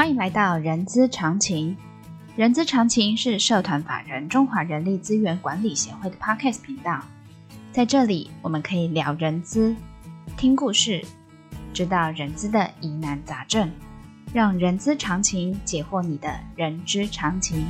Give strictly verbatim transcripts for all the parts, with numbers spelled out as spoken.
欢迎来到人资常情。人资常情是社团法人中华人力资源管理协会的 Podcast 频道，在这里我们可以聊人资，听故事，知道人资的疑难杂症，让人资常情解惑你的人之常情。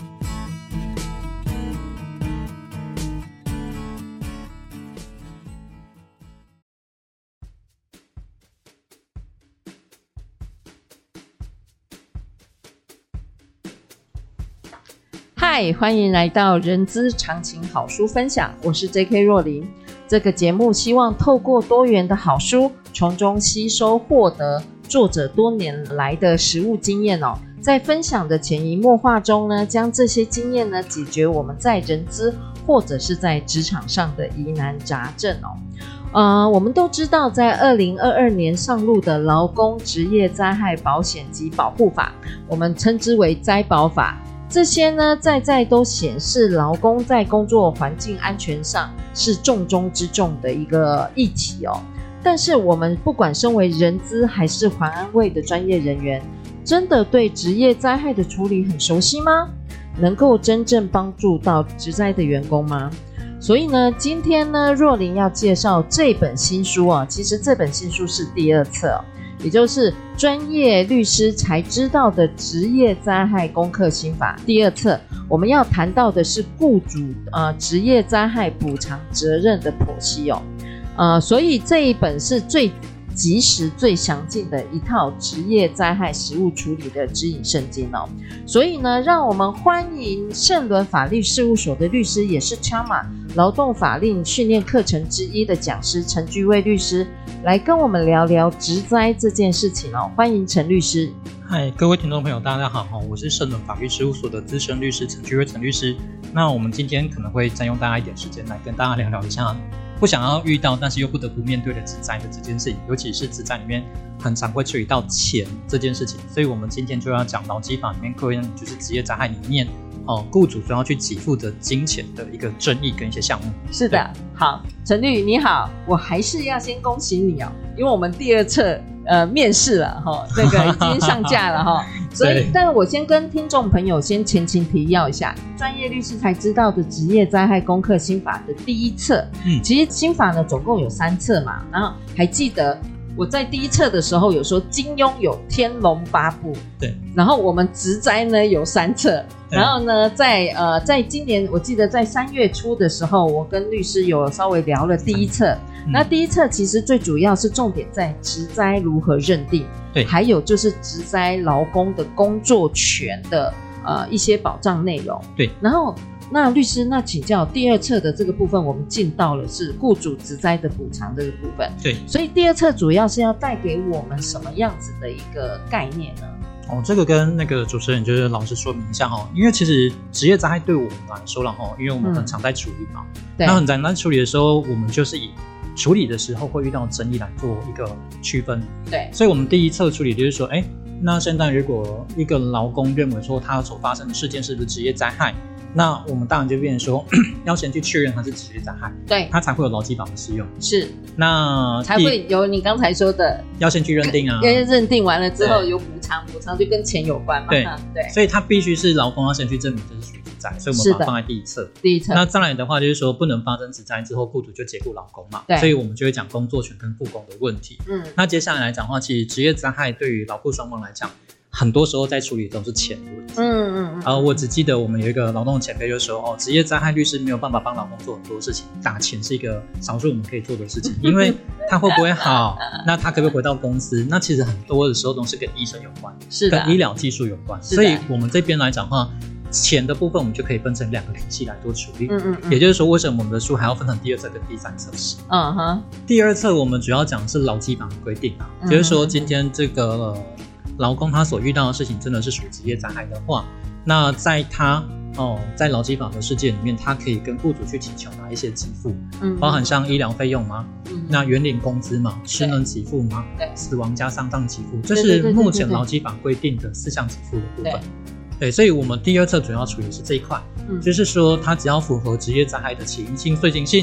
嗨，欢迎来到人资常情好书分享，我是 J K 若琳。这个节目希望透过多元的好书，从中吸收获得作者多年来的实务经验哦，在分享的潜移默化中呢，将这些经验呢解决我们在人资或者是在职场上的疑难杂症哦。呃，我们都知道，在二零二二年上路的劳工职业灾害保险及保护法，我们称之为灾保法。这些呢，在在都显示劳工在工作环境安全上是重中之重的一个议题哦。但是我们不管身为人资还是环安卫的专业人员，真的对职业灾害的处理很熟悉吗？能够真正帮助到职灾的员工吗？所以呢，今天呢，若琳要介绍这本新书啊，其实这本新书是第二册哦，也就是专业律师才知道的职业灾害攻克心法第二册。我们要谈到的是雇主呃职业灾害补偿责任的剖析哦，呃，所以这一本是最及时、最详尽的一套职业灾害实务处理的指引圣经哦。所以呢，让我们欢迎盛伦法律事务所的律师，也是 C H A M A 劳动法令训练课程之一的讲师陈居威律师，来跟我们聊聊职灾这件事情哦。欢迎陈律师。 嗨，各位听众朋友，大家好，我是盛伦法律事务所的资深律师陈居威陈律师。那我们今天可能会占用大家一点时间，来跟大家聊聊一下不想要遇到但是又不得不面对的职灾的这件事情，尤其是职灾里面很常会处理到钱这件事情。所以我们今天就要讲劳基法里面关于就是职业灾害里面哦，雇主所要去给付的金钱的一个争议跟一些项目。 是的，好，陈律你好，我还是要先恭喜你哦，因为我们第二册呃面试了哈，这个已经上架了哈，所以，但是我先跟听众朋友先前情提要一下，专业律师才知道的职业灾害攻克心法的第一册，嗯，其实心法呢总共有三册嘛，然后还记得我在第一册的时候有说金庸有天龙八部，对，然后我们职灾呢有三册，然后呢在呃在今年我记得在三月初的时候，我跟律师有稍微聊了第一册。嗯、那第一册其实最主要是重点在职灾如何认定，对，还有就是职灾劳工的工作权的呃一些保障内容，对。然后那律师，那请教第二册的这个部分，我们进到了是雇主职灾的补偿这个部分，对。所以第二册主要是要带给我们什么样子的一个概念呢？ 哦，这个跟那个主持人就是老师说明一下哈，因为其实职业灾害对我们来说了哈，因为我们很常在处理嘛，嗯、那很常在处理的时候，我们就是以处理的时候会遇到争议来做一个区分，对，所以我们第一册处理就是说，哎，那现在如果一个劳工认为说他所发生的事件是不是职业灾害，那我们当然就变成说要先去确认它是职业灾害，对，它才会有劳基法的适用，是，那才会有你刚才说的要先去认定啊， 因为认定完了之后有补偿，补偿就跟钱有关嘛，对对，所以它必须是劳工要先去证明这是属于职灾，所以我们把它放在第一册，第一册。那再来的话就是说不能发生职灾之后，雇主就解雇劳工嘛，对，所以我们就会讲工作权跟复工的问题。嗯，那接下来来讲的话，其实职业灾害对于劳雇双方来讲，很多时候在处理都是钱的问题。嗯嗯嗯。呃，我只记得我们有一个劳动前辈就说，哦，职业灾害律师没有办法帮劳工做很多事情，打钱是一个少数我们可以做的事情，因为他会不会好，那他可不可以回到公司，那其实很多的时候都是跟医生有关，是的，跟医疗技术有关。所以我们这边来讲的话，钱的部分我们就可以分成两个体系来做处理。嗯嗯嗯。也就是说，为什么我们的书还要分成第二册跟第三册？嗯哼。第二册我们主要讲的是劳基法的规定啊，嗯、就是说今天这个。呃劳工他所遇到的事情真的是属于职业灾害的话，那在他哦在劳基法的世界里面，他可以跟雇主去请求哪一些给付，嗯，包含像医疗费用吗？嗯，那原领工资吗？失能给付吗？对，死亡加丧葬给付，这是目前劳基法规定的四项给付的部分。对，所以我们第二册主要处理的是这一块，嗯，就是说他只要符合职业灾害的起因性、遂行性，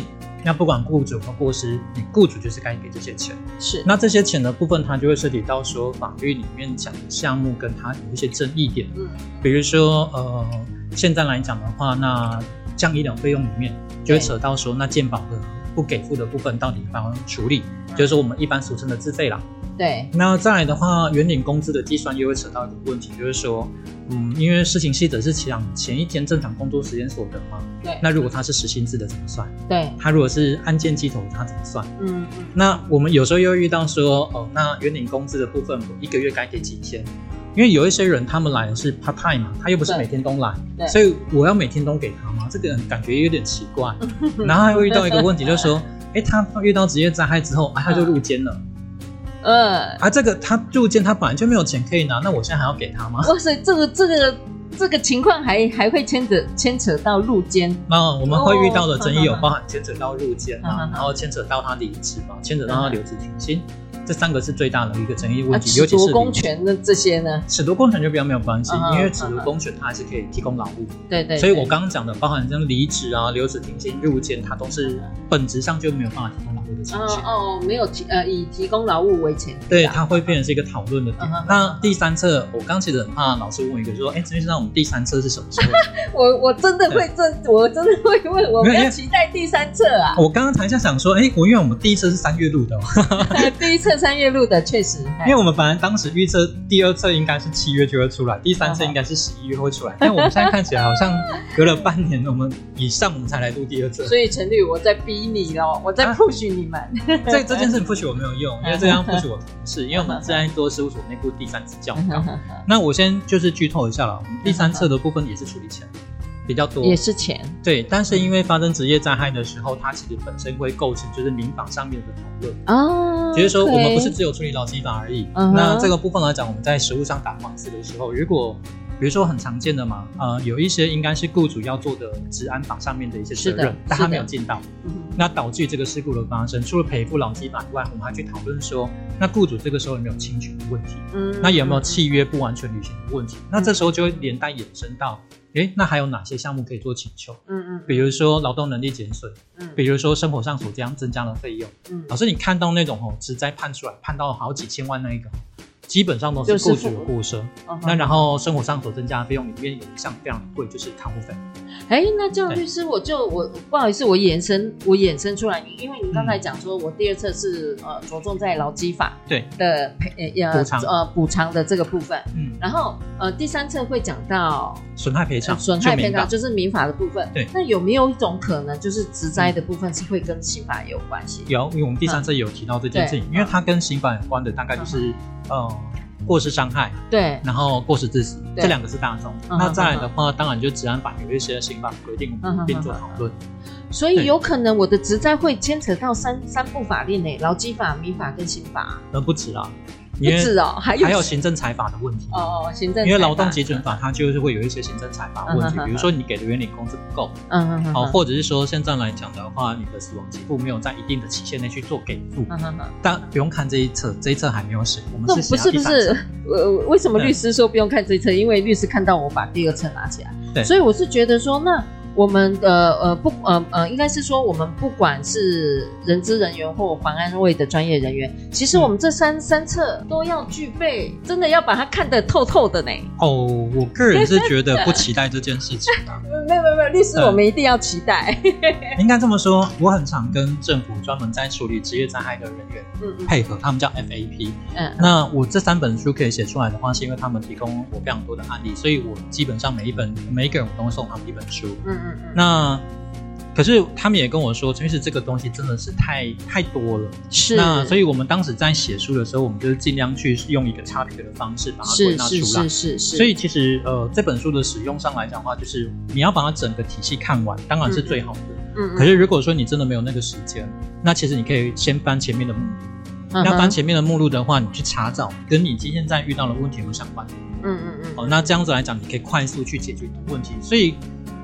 那不管雇主或过失，你雇主就是该给这些钱。 是， 那这些钱的部分，它就会涉及到说法律里面讲的项目跟它有一些争议点。嗯，比如说呃，现在来讲的话，那降医疗费用里面就会扯到说，那健保的不给付的部分到底怎么处理，嗯、就是说我们一般俗称的自费啦。 对， 那再来的话，原领工资的计算又会扯到一个问题，就是说，嗯，因为施行细则是讲前一天正常工作时间所得嘛， 对， 那如果他是时薪制的怎么算？ 对， 他如果是按件计投，他怎么算？ 嗯嗯， 那我们有时候又遇到说，哦，那原领工资的部分，我一个月该给几天？因为有一些人他们来的是 part time 嘛，他又不是每天都来，所以我要每天都给他吗？这个感觉有点奇怪。然后还会遇到一个问题，就是说，哎，他遇到职业灾害之后，啊，他就入监了。 嗯， 啊，这个他入监，他本来就没有钱可以拿，那我现在还要给他吗？ 哇塞，这个这个这个情况还还会牵扯牵扯到入监。 那我们会遇到的争议有包含牵扯到入监嘛，然后牵扯到他离职嘛，牵扯到他留职停薪。这三个是最大的一个争议问题，尤其是褫夺公权的这些呢？ 褫夺公权就比较没有关系，因为褫夺公权它还是可以提供劳务。 对 对, 对。 所以我刚刚讲的，包含像离职啊、留职停薪、入监，它都是本质上就没有办法提供劳务的情形。 哦哦，没有提呃以提供劳务为前提。 对，它会变成是一个讨论的点。嗯、那第三册，我刚其实很怕老师问一个，就说，哎，陈律师，那我们第三册是什么时候？ 我我真的会这，我真的会问，我们要期待第三册啊！ 我刚刚才在想说，哎，我因为我们第一册是三月录的、哦， 第一册三月录的。确实， 因为我们本来当时预测第二册应该是七月就会出来，第三册应该是十一月会出来，但我们现在看起来好像隔了半年，我们以上我们才来录第二册。 所以陈律，我在逼你咯，我在 push 你们。啊、 这这件事 push 我没有用，因为这样 push 我同事，因为我们在做事务所内部第三次校稿。那我先就是剧透一下了，我们第三册的部分也是处理钱。比较多， 也是钱， 对，但是因为发生职业灾害的时候，它其实本身会构成就是民法上面的讨论哦，就是说我们不是只有处理劳基法而已。Uh-huh. 那这个部分来讲，我们在实务上打官司的时候，如果比如说很常见的嘛，呃，有一些应该是雇主要做的治安法上面的一些责任，但他没有尽到，那导致这个事故的发生，除了赔付劳基法以外，我们还去讨论说，那雇主这个时候有没有侵权的问题？嗯，那有没有契约不完全履行的问题？嗯、那这时候就会连带衍生到。诶，那还有哪些项目可以做请求？嗯嗯，比如说劳动能力减损，嗯，比如说生活上所将增加的费用，嗯，老师你看到那种哦，职灾判出来判到好几千万那一个，基本上都是雇主有过失。那然后生活上所增加的费用里面有一项非常贵，就是看护费。 哎，那这样律师，我就我不好意思，我衍生我衍生出来，因为你刚才讲说，我第二册是呃着重在劳基法对的赔呃补偿呃补偿的这个部分，嗯，然后呃第三册会讲到损害赔偿， 损害赔偿就是民法的部分， 对。 那有没有一种可能，就是职灾的部分是会跟刑法也有关系？ 有，因为我们第三册有提到这件事情，因为它跟刑法有关的大概就是呃。过失伤害， 对， 然后过失致死，这两个是大宗。嗯、那再来的话，嗯、当然就治安法有一些刑法规定，我们并做讨论。 所以有可能我的职灾会牵扯到三三部法令诶，劳基法、民法跟刑法。 呃，不止啊。 不止哦，还有还有行政裁罚的问题哦，行政因为劳动基准法它就是会有一些行政裁罚问题，嗯、比如说你给的原领工资不够，嗯嗯嗯，好，或者是说现在来讲的话，你的死亡给付没有在一定的期限内去做给付，嗯嗯嗯，但不用看这一册，这一册还没有写，我们是写到第三册。不是不是， 呃，为什么律师说不用看这一册？因为律师看到我把第二册拿起来，对，所以我是觉得说那。我们的呃不呃呃，应该是说我们不管是人资人员或防安卫的专业人员，其实我们这三、嗯、三册都要具备，真的要把它看得透透的呢。 哦，我个人是觉得不期待这件事情啊。 没有没有没有，律师我们一定要期待。 应该这么说，我很常跟政府专门在处理职业灾害的人员配合，嗯嗯他们叫 F A P。嗯，那我这三本书可以写出来的话，是因为他们提供我非常多的案例，所以我基本上每一本每一个人我都会送他们一本书。嗯。嗯嗯那可是他们也跟我说，其实这个东西真的是太太多了， 是。 那所以我们当时在写书的时候，我们就是尽量去用一个差别的方式把它归纳出来。是是是是。所以其实呃这本书的使用上来讲的话，就是你要把它整个体系看完，当然是最好的。嗯。嗯可是如果说你真的没有那个时间，那其实你可以先翻前面的目录。嗯、那翻前面的目录的话，你去查找跟你今天在遇到的问题有没有相关。嗯嗯嗯。哦，那这样子来讲，你可以快速去解决你的问题。所以。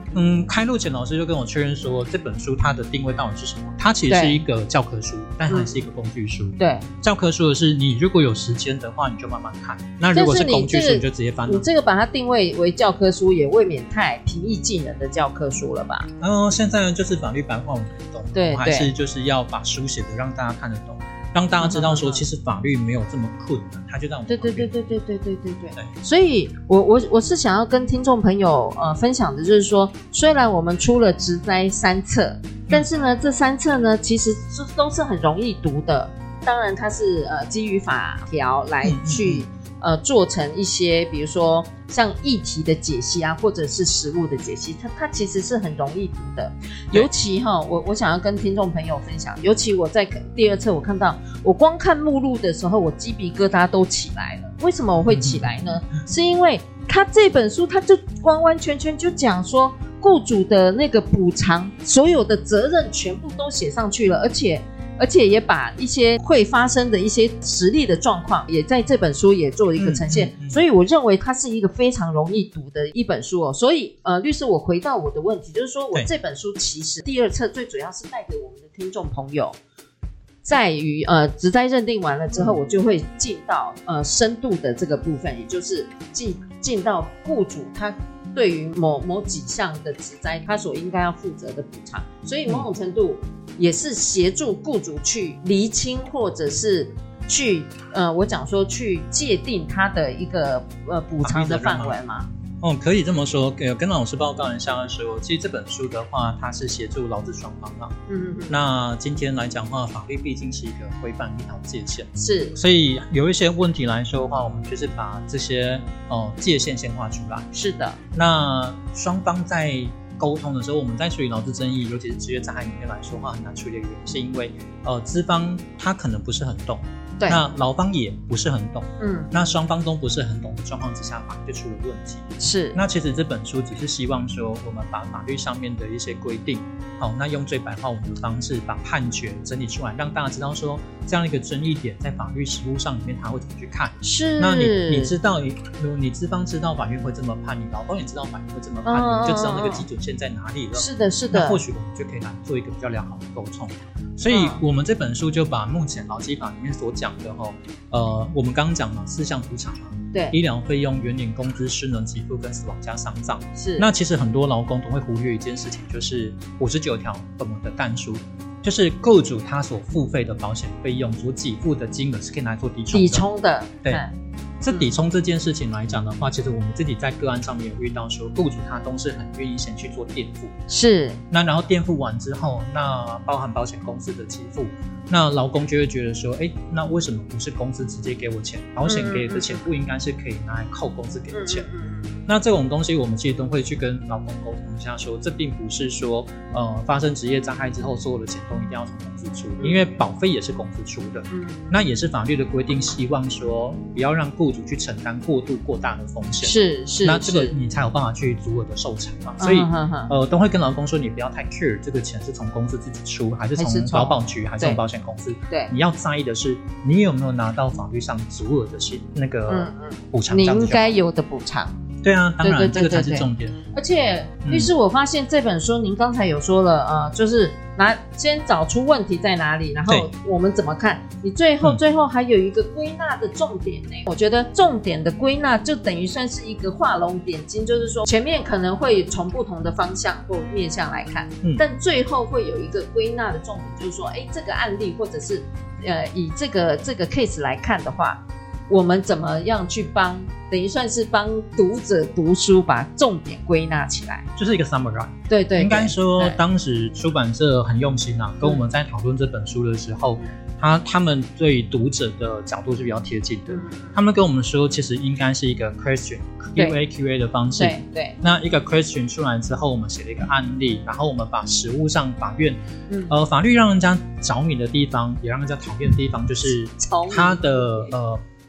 嗯，开录前老师就跟我确认说，这本书它的定位到底是什么？它其实是一个教科书，但它也是一个工具书。 对， 教科书的是你如果有时间的话，你就慢慢看；那如果是工具书，你就直接翻。 你这个把它定位为教科书，也未免太平易近人的教科书了吧？ 嗯，现在就是法律白话文很懂，对，我们还是就是要把书写的让大家看得懂。让大家知道说，其实法律没有这么困难，它就在我们对对对对对对对对对。所以我我我是想要跟听众朋友呃分享的，就是说，虽然我们出了职灾三册，但是呢，这三册呢其实是都是很容易读的。当然，它是呃基于法条来去。嗯嗯嗯呃，做成一些比如说像议题的解析啊，或者是实务的解析，它它其实是很容易读的。尤其哈，我我想要跟听众朋友分享，尤其我在第二册我看到，我光看目录的时候，我鸡皮疙瘩都起来了。为什么我会起来呢？是因为他这本书，他就完完全全就讲说，雇主的那个补偿，所有的责任全部都写上去了，而且。而且也把一些会发生的一些实例的状况也在这本书也做一个呈现、嗯嗯嗯、所以我认为它是一个非常容易读的一本书哦。所以呃，律师，我回到我的问题，就是说我这本书其实第二册最主要是带给我们的听众朋友在于呃职灾认定完了之后，我就会进到呃深度的这个部分，也就是进进到雇主他对于某某几项的职灾他所应该要负责的补偿，所以某种程度也是协助雇主去厘清或者是去呃我讲说去界定他的一个呃补偿的范围嘛。 哦，可以这么说。跟老师报告一下的时候，其实这本书的话，它是协助劳资双方嘛。嗯嗯。那今天来讲的话，法律毕竟是一个规范一条界限， 是。 所以有一些问题来说的话，我们就是把这些呃界限先画出来。 是的。那双方在沟通的时候，我们在处理劳资争议，尤其是职业灾害里面来说的话，很难处理的原因，是因为呃资方他可能不是很懂。对，那劳方也不是很懂，嗯，那双方都不是很懂的状况之下，法律就出了问题。 是， 那其实这本书只是希望说，我们把法律上面的一些规定，好，那用最白话文的方式把判决整理出来，让大家知道说这样一个争议点在法律实务上里面他会怎么去看。 是， 那你你知道，你你资方知道法院会这么判，你劳方也知道法院会这么判，哦、你就知道那个基准线在哪里了。 是的，是的。 那或许我们就可以来做一个比较良好的沟通。所以我们这本书就把目前劳基法里面所讲的齁，呃，我们刚刚讲嘛，四项补偿嘛， 对， 医疗费用、原领工资、失能给付跟死亡加丧葬。 是。 那其实很多劳工都会忽略一件事情，就是五十九条本文的但书，就是雇主他所付费的保险费用所给付的金额是可以拿来做抵充的。 抵充的， 对。这抵充这件事情来讲的话、嗯、其实我们自己在个案上面有遇到说，雇主他都是很愿意先去做垫付， 是。 那然后垫付完之后，那包含保险公司的给付，那劳工就会觉得说，哎，那为什么不是公司直接给我钱？保险给的钱不应该是可以拿来扣公司给的钱？嗯嗯嗯。那这种东西我们其实都会去跟劳工沟通一下说，这并不是说呃发生职业灾害之后所有的钱都一定要从公司出，因为保费也是公司出的。嗯。那也是法律的规定，希望说不要让雇主去承担过度过大的风险。 是是。 那这个你才有办法去足额的受偿嘛。所以、嗯、呃都会跟劳工说，你不要太 care 这个钱是从公司自己出，还是从劳保局，还是从保险公司。 对。 你要在意的是，你有没有拿到法律上足额的那个补偿？ 你应该有的补偿。 对啊，当然对对对对对，这个才是重点。 而且律师，我发现这本书您刚才有说了，呃，就是拿先找出问题在哪里，然后我们怎么看。你最后、嗯、最后还有一个归纳的重点呢。我觉得重点的归纳就等于算是一个画龙点睛，就是说前面可能会从不同的方向或面向来看，嗯、但最后会有一个归纳的重点，就是说，哎，这个案例或者是呃以这个这个 case 来看的话，我们怎么样去帮，等于算是帮读者读书，把重点归纳起来， 就是一个 summary。 对 对, 对， 应该说当时出版社很用心啊，跟我们在讨论这本书的时候，嗯、他他们对读者的角度是比较贴近的。嗯、他们跟我们说，其实应该是一个 question Q A Q A 的方式。 对对。 那一个 question 出来之后，我们写了一个案例，然后我们把实务上法院，嗯、呃，法律让人家着迷的地方，也让人家讨厌的地方，就是它的呃。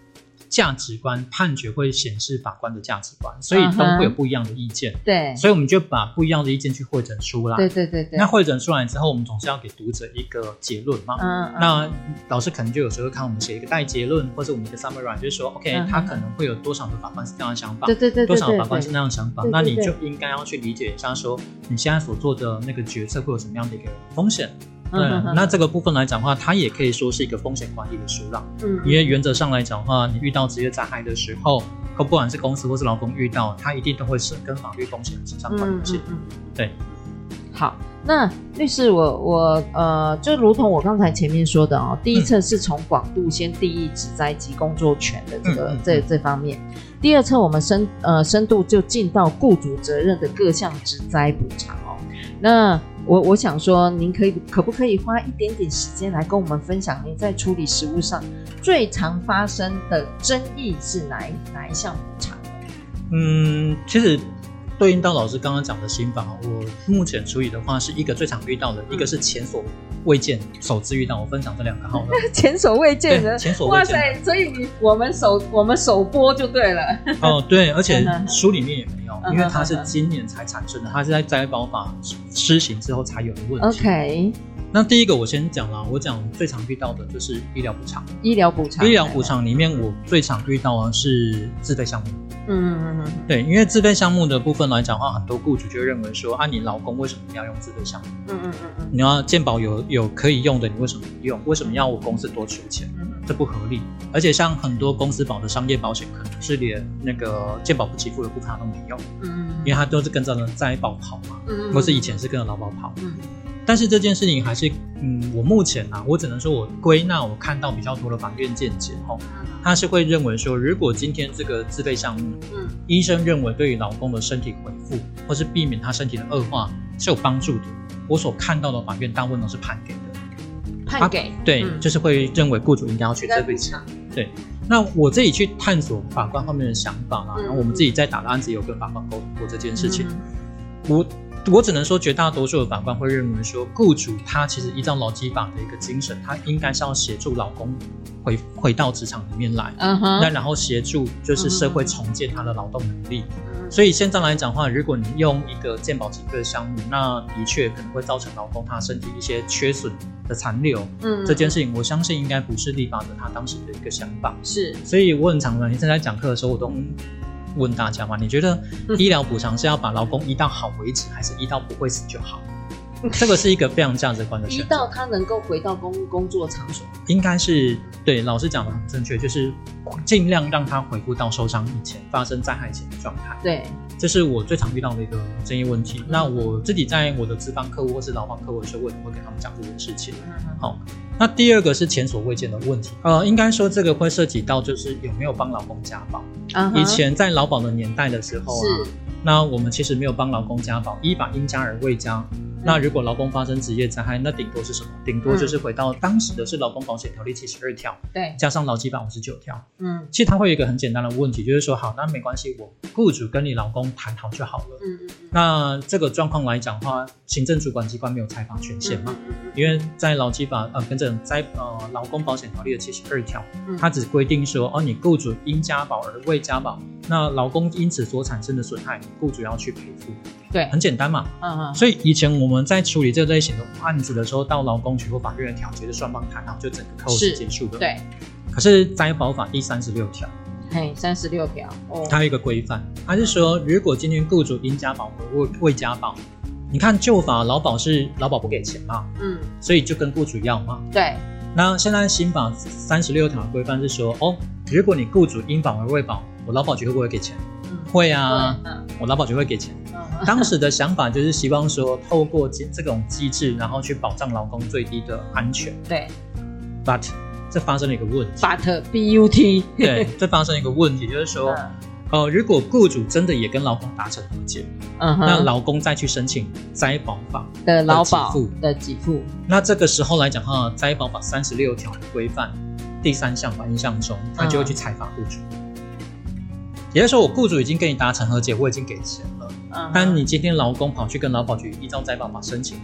价值观判决会显示法官的价值观，所以都会有不一样的意见。 对， 所以我们就把不一样的意见去汇整出来。 对对对对。 那汇整出来之后，我们总是要给读者一个结论嘛。嗯。那老师可能就有时候看我们写一个带结论，或者我们一个 summary， 就是说 ，OK，、嗯、他可能会有多少的法官是这样的想法， 对对 对, 对, 对, 对, 对， 多少法官是那样的想法，对对对对，那你就应该要去理解一下说，说你现在所做的那个决策会有什么样的一个风险。对、嗯，那这个部分来讲的话，它也可以说是一个风险管理的书啦。嗯，因为原则上来讲的话，你遇到职业灾害的时候，不管是公司或是劳工遇到，它一定都会是跟法律风险扯上关联性。嗯嗯嗯。对。 好，那律师我，我我呃，就如同我刚才前面说的哦，第一册是从广度先定义职灾及工作权的这个、嗯嗯、这这方面，第二册我们深呃深度就进到雇主责任的各项职灾补偿哦。那我我想说，您可以可不可以花一点点时间来跟我们分享您在处理实务上最常发生的争议是哪一哪一项补偿？ 嗯，其实对应到老师刚刚讲的刑法，我目前处理的话是一个最常遇到的，嗯、一个是前所未见首次遇到，我分享这两个好了。 前所未见的， 前所未见的， 哇塞！所以你我们首我们首播就对了。 哦，对，而且书里面也没有，因为它是今年才产生的，它是在灾保法施行之后才有的问题。 OK。 那第一个我先讲啦，我讲最常遇到的就是医疗补偿。 医疗补偿， 医疗补偿里面我最常遇到的是自费项目。嗯嗯嗯，对，因为自费项目的部分来讲的话，很多雇主就认为说，啊，你劳工为什么要用自费项目？嗯嗯嗯嗯，你要健保有有可以用的，你为什么不用？为什么要我公司多出钱？嗯，这不合理。而且像很多公司保的商业保险，可能是连那个健保不给付的部分它都没有。嗯，因为它都是跟着灾保跑嘛，嗯，或是以前是跟着劳保跑。嗯。但是这件事情还是，嗯，我目前啊，我只能说我归纳我看到比较多的法院见解齁，他是会认为说，如果今天这个自费项目，嗯，医生认为对于劳工的身体恢复或是避免他身体的恶化是有帮助的，我所看到的法院大部分都是判给的， 判给，啊、 对、嗯，就是会认为雇主应该要去自费钱，对。那我自己去探索法官方面的想法啦，嗯、然后我们自己在打的案子也有跟法官沟通过这件事情，嗯、我。我只能说，绝大多数的法官会认为说，雇主他其实依照劳基法的一个精神，他应该是要协助劳工回回到职场里面来，嗯哼，那然后协助就是社会重建他的劳动能力。嗯、所以现在来讲的话，如果你用一个健保给付的项目，那的确可能会造成劳工他身体一些缺损的残留。嗯，这件事情我相信应该不是立法者他当时的一个想法。是，所以我很常呢，你在讲课的时候，我都问大家嘛，你觉得医疗补偿是要把劳工医到好为止，还是医到不会死就好？这个是一个非常价值观的选择。 医到他能够回到工工作场所， 应该是对老师讲的很正确，就是尽量让他回复到受伤以前、发生灾害前的状态。对，这是我最常遇到的一个争议问题。嗯、那我自己在我的资方客户或是劳方客户的时候，我也会跟他们讲这件事情。嗯、好。那第二个是前所未见的问题，呃，应该说这个会涉及到就是有没有帮劳工加保。Uh-huh. 以前在劳保的年代的时候啊，那我们其实没有帮劳工加保，依法应加而未加。那如果劳工发生职业灾害，那顶多是什么？顶多就是回到当时的是劳工保险条例七十二条，对，加上劳基法五十九条。嗯，其实它会有一个很简单的问题，就是说，好，那没关系，我雇主跟你劳工谈好就好了。嗯嗯嗯。那这个状况来讲的话，行政主管机关没有裁罚权限嘛？嗯嗯嗯，因为在劳基法呃跟着在呃劳工保险条例的七十二条，嗯，它只规定说，哦，你雇主因加保而未加保，那劳工因此所产生的损害，雇主要去赔付。对，很简单嘛。嗯嗯。所以以前我们在处理这类型的案子的时候，到劳工局或法院的调解，就双方谈好，就整个客户是结束的。对。可是灾保法第三十六条， 嘿，三十六条，哦， 它有一个规范，它是说，如果今天雇主因加保而未加保，你看旧法劳保是劳保不给钱嘛，嗯，所以就跟雇主要嘛。对。那现在新法三十六条的规范是说，哦，如果你雇主因保而未保，我劳保局会不会给钱？嗯、会啊，嗯、我劳保局会给钱。嗯、当时的想法就是希望说，透过这种机制，然后去保障劳工最低的安全。对 ，but 这发生了一个问题。 but B U T 对，这发生了一个问题，就是说，嗯呃，如果雇主真的也跟劳工达成和解，嗯哼，那劳工再去申请灾保法的劳保的给付， 那这个时候来讲哈，灾保法三十六条的规范第三项吧，印象中他就会去裁罚雇主。嗯、也就是说，我雇主已经跟你达成和解，我已经给钱了，嗯、但你今天劳工跑去跟劳保局依照灾保法申请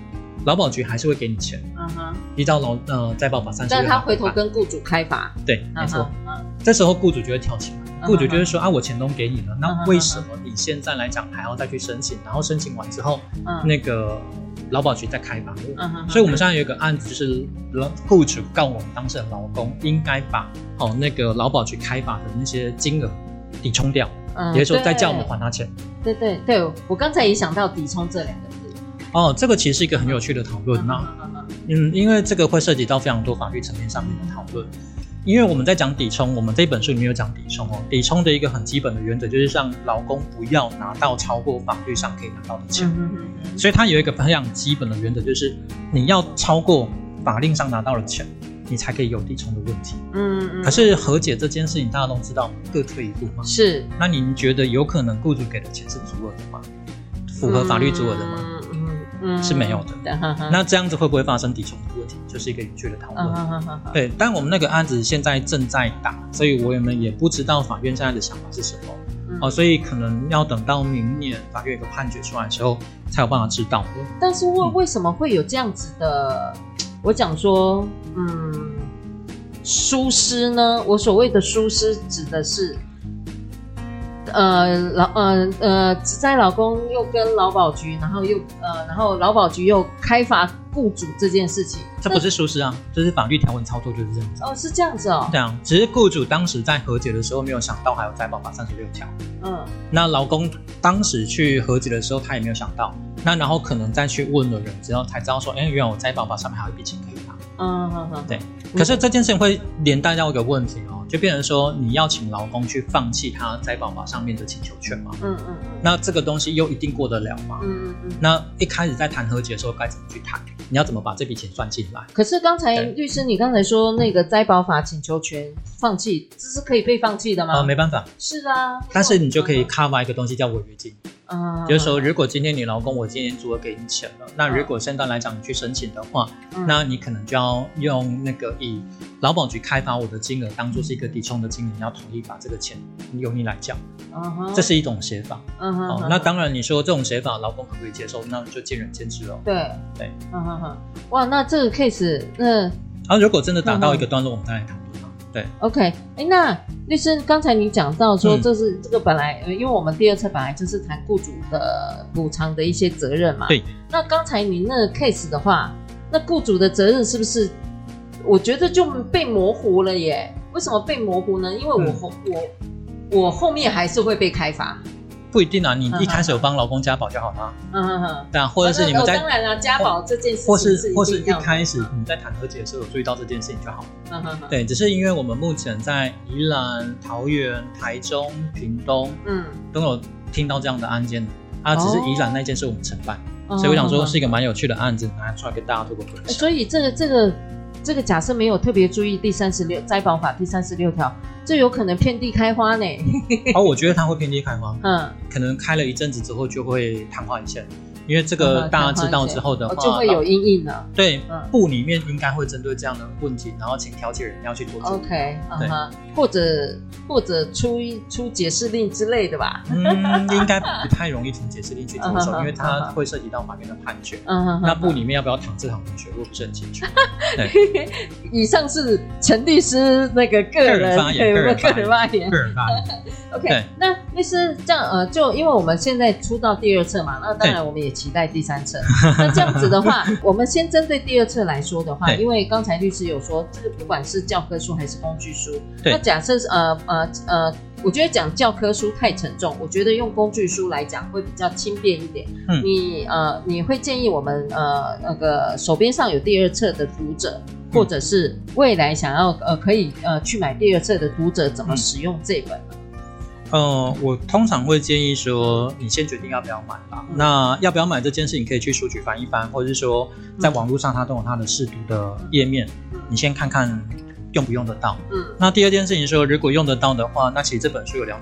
劳保局还是会给你钱，嗯哼，依照劳呃再保法三十六条， 但他回头跟雇主开罚， 对，没错，嗯，这时候雇主就会跳起来，雇主就会说啊，我钱都给你了，那为什么你现在来讲还要再去申请？然后申请完之后，那个劳保局再开罚，所以我们现在有一个案子，就是雇主告我们当事人劳工应该把哦那个劳保局开罚的那些金额抵充掉，嗯，也就是说再叫我们还他钱。 对对对，我刚才也想到抵充这两个字。 哦，这个其实是一个很有趣的讨论嘛，嗯，因为这个会涉及到非常多法律层面上面的讨论。因为我们在讲抵充，我们这本书里面有讲抵充哦。抵充的一个很基本的原则就是让劳工不要拿到超过法律上可以拿到的钱，嗯嗯嗯，所以它有一个非常基本的原则，就是你要超过法令上拿到的钱，你才可以有抵充的问题。嗯嗯。可是和解这件事情大家都知道，各退一步嘛。是。那您觉得有可能雇主给的钱是足额的吗？符合法律足额的吗？嗯嗯，是没有的。那这样子会不会发生抵充的问题，就是一个有趣的讨论。对，但我们那个案子现在正在打，所以我们也不知道法院现在的想法是什么。嗯哦，所以可能要等到明年法院有个判决出来的时候，才有办法知道。 但是为为什么会有这样子的？我讲说，嗯，疏失呢？我所谓的疏失指的是。呃劳呃呃，职灾劳工又跟劳保局，然后又呃，然后劳保局又开罚雇主这件事情， 这不是疏失啊，这是法律条文操作就是这样子。 哦，是这样子哦。 这样，只是雇主当时在和解的时候没有想到还有再保法三十六条。嗯。那劳工当时去和解的时候，他也没有想到，那然后可能再去问了人之后，才知道说，哎，原来我再保法上面还有一笔钱可以拿。嗯哼哼。对。可是这件事情会连带到一个问题哦，就变成说你要请劳工去放弃他再保法上面的请求权嘛？嗯嗯嗯。那这个东西又一定过得了吗？嗯嗯嗯。那一开始在谈和解的时候该怎么去谈？你要怎么把这笔钱算进来？ 可是刚才律师你刚才说那个再保法请求权放弃，这是可以被放弃的吗？ 呃，没办法。 是啊。 但是你就可以 cover 一个东西叫违约金。嗯，就是说，如果今天你劳工我今年足额给你钱了，那如果现在来讲你去申请的话，嗯、那你可能就要用那个以劳保局开罚我的金额当作是一个抵充的金额，你要统一把这个钱由你来缴，嗯、这是一种写法。嗯哼、哦，那当然你说这种写法劳工可不可以接受，那就见仁见智了。 对对， 嗯哼哼，哇，那这个 case 那啊，如果真的达到一个段落，嗯、我们再来讨论。对 ，OK， 哎，那律师刚才你讲到说，这是、嗯、这个本来，因为我们第二册本来就是谈雇主的补偿的一些责任嘛。 对。 那刚才你那个 case 的话，那雇主的责任是不是？我觉得就被模糊了耶。为什么被模糊呢？因为我、嗯、我我后面还是会被开罚。 不一定啊，你一开始有帮劳工加保就好了。嗯嗯嗯。对啊，或者是你们在、 哦、当然了，加保这件事情或是或是一开始你在谈和解的时候有注意到这件事情就好。嗯嗯嗯。对，只是因为我们目前在宜兰、桃园、台中、屏东，嗯，都有听到这样的案件，啊，只是宜兰那件是我们承办，哦、所以我想说是一个蛮有趣的案子，拿出来跟大家做个分享。 所以这个这个这个假设没有特别注意第三十六灾保法第三十六条。这有可能遍地开花呢。 哦，我觉得它会遍地开花。嗯，可能开了一阵子之后就会昙花一现，因为这个大家知道之后的话， 哦、就会有阴影了。 对，嗯、部里面应该会针对这样的问题，然后请调解人要去做处理。 OK， 对，嗯、或者或者出出解释令之类的吧。 嗯，应该不太容易从解释令去着手，因为它会涉及到法院的判决。嗯，那部里面要不要淌这行同学，我不是很清楚。对， 以上是陈律师那个个人发言。个人发言，个人发言。OK， 那律师这样呃，就因为我们现在出到第二册嘛，那当然我们也期待第三册。那这样子的话，我们先针对第二册来说的话，因为刚才律师有说，这个不管是教科书还是工具书，那假设呃呃呃，我觉得讲教科书太沉重，我觉得用工具书来讲会比较轻便一点。嗯，你呃你会建议我们呃那个手边上有第二册的读者。或者是未来想要呃可以呃去买第二册的读者怎么使用这本呢？ 呃，我通常会建议说，你先决定要不要买吧。嗯、那要不要买这件事，你可以去书局翻一翻，或者是说在网络上它都有它的试读的页面，嗯、你先看看用不用得到。嗯，那第二件事情说，如果用得到的话，那其实这本书有两种使用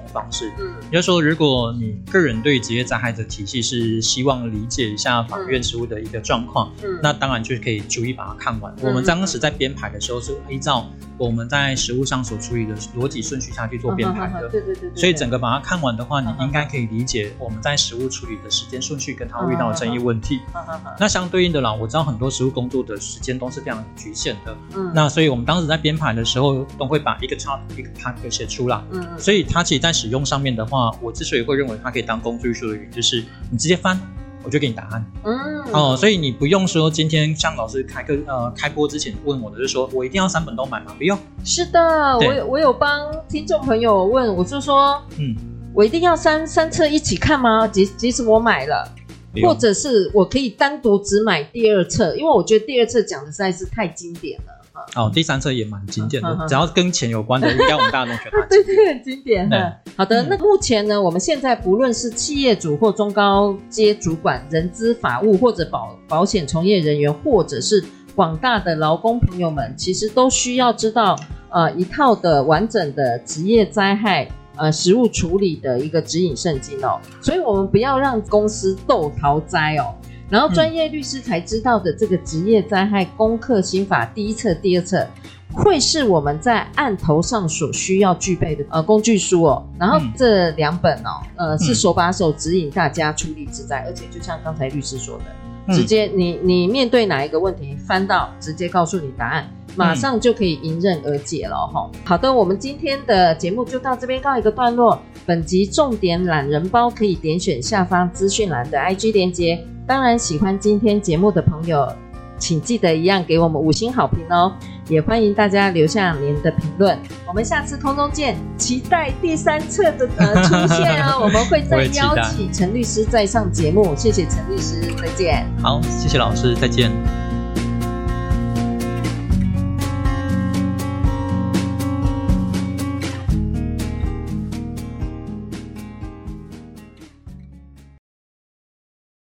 方式。嗯，也就是说，如果你个人对职业灾害的体系是希望理解一下法院实务的一个状况，嗯，那当然就可以逐一把它看完。嗯、我们当时在编排的时候是依照我们在实务上所处理的逻辑顺序下去做编排的， 对对对。 所以整个把它看完的话，你应该可以理解我们在实务处理的时间顺序跟它遇到的争议问题。那相对应的啦，我知道很多实务工作的时间都是非常局限的，嗯，那所以我们当时在编排的时候都会把一个 chart 一个 part 写出来，嗯，所以它其实在使用上面的话，我之所以会认为它可以当工具书的原因，就是你直接翻，我就给你答案，嗯，哦，所以你不用说今天像老师开课呃开播之前问我的，就是说我一定要三本都买吗？不用。是的，我我有帮听众朋友问，我就说，嗯，我一定要三三册一起看吗？即即使我买了。或者是我可以单独只买第二册，因为我觉得第二册讲的实在是太经典了。 哦，第三册也蛮经典的，嗯、只要跟钱有关的，应该我们大家都觉得对对，很经典。好的，那目前呢，我们现在不论是企业主或中高阶主管、人资法务或者保保险从业人员，或者是广大的劳工朋友们，其实都需要知道呃一套的完整的职业灾害。呃，实务处理的一个指引圣经哦，所以我们不要让公司斗逃灾哦。然后专业律师才知道的这个职业灾害攻克心法第一册、第二册，会是我们在案头上所需要具备的呃工具书哦。然后这两本哦，呃是手把手指引大家处理职灾，而且就像刚才律师说的，直接你你面对哪一个问题，翻到直接告诉你答案。马上就可以迎刃而解了齁。好的，我们今天的节目就到这边告一个段落。本集重点懒人包可以点选下方资讯栏的 I G 连结。当然，喜欢今天节目的朋友，请记得一样给我们五星好评哦。也欢迎大家留下您的评论。我们下次空中见，期待第三册的、呃、出现哦。我们会再邀请陈律师再上节目。谢谢陈律师，再见。 好，谢谢老师，再见。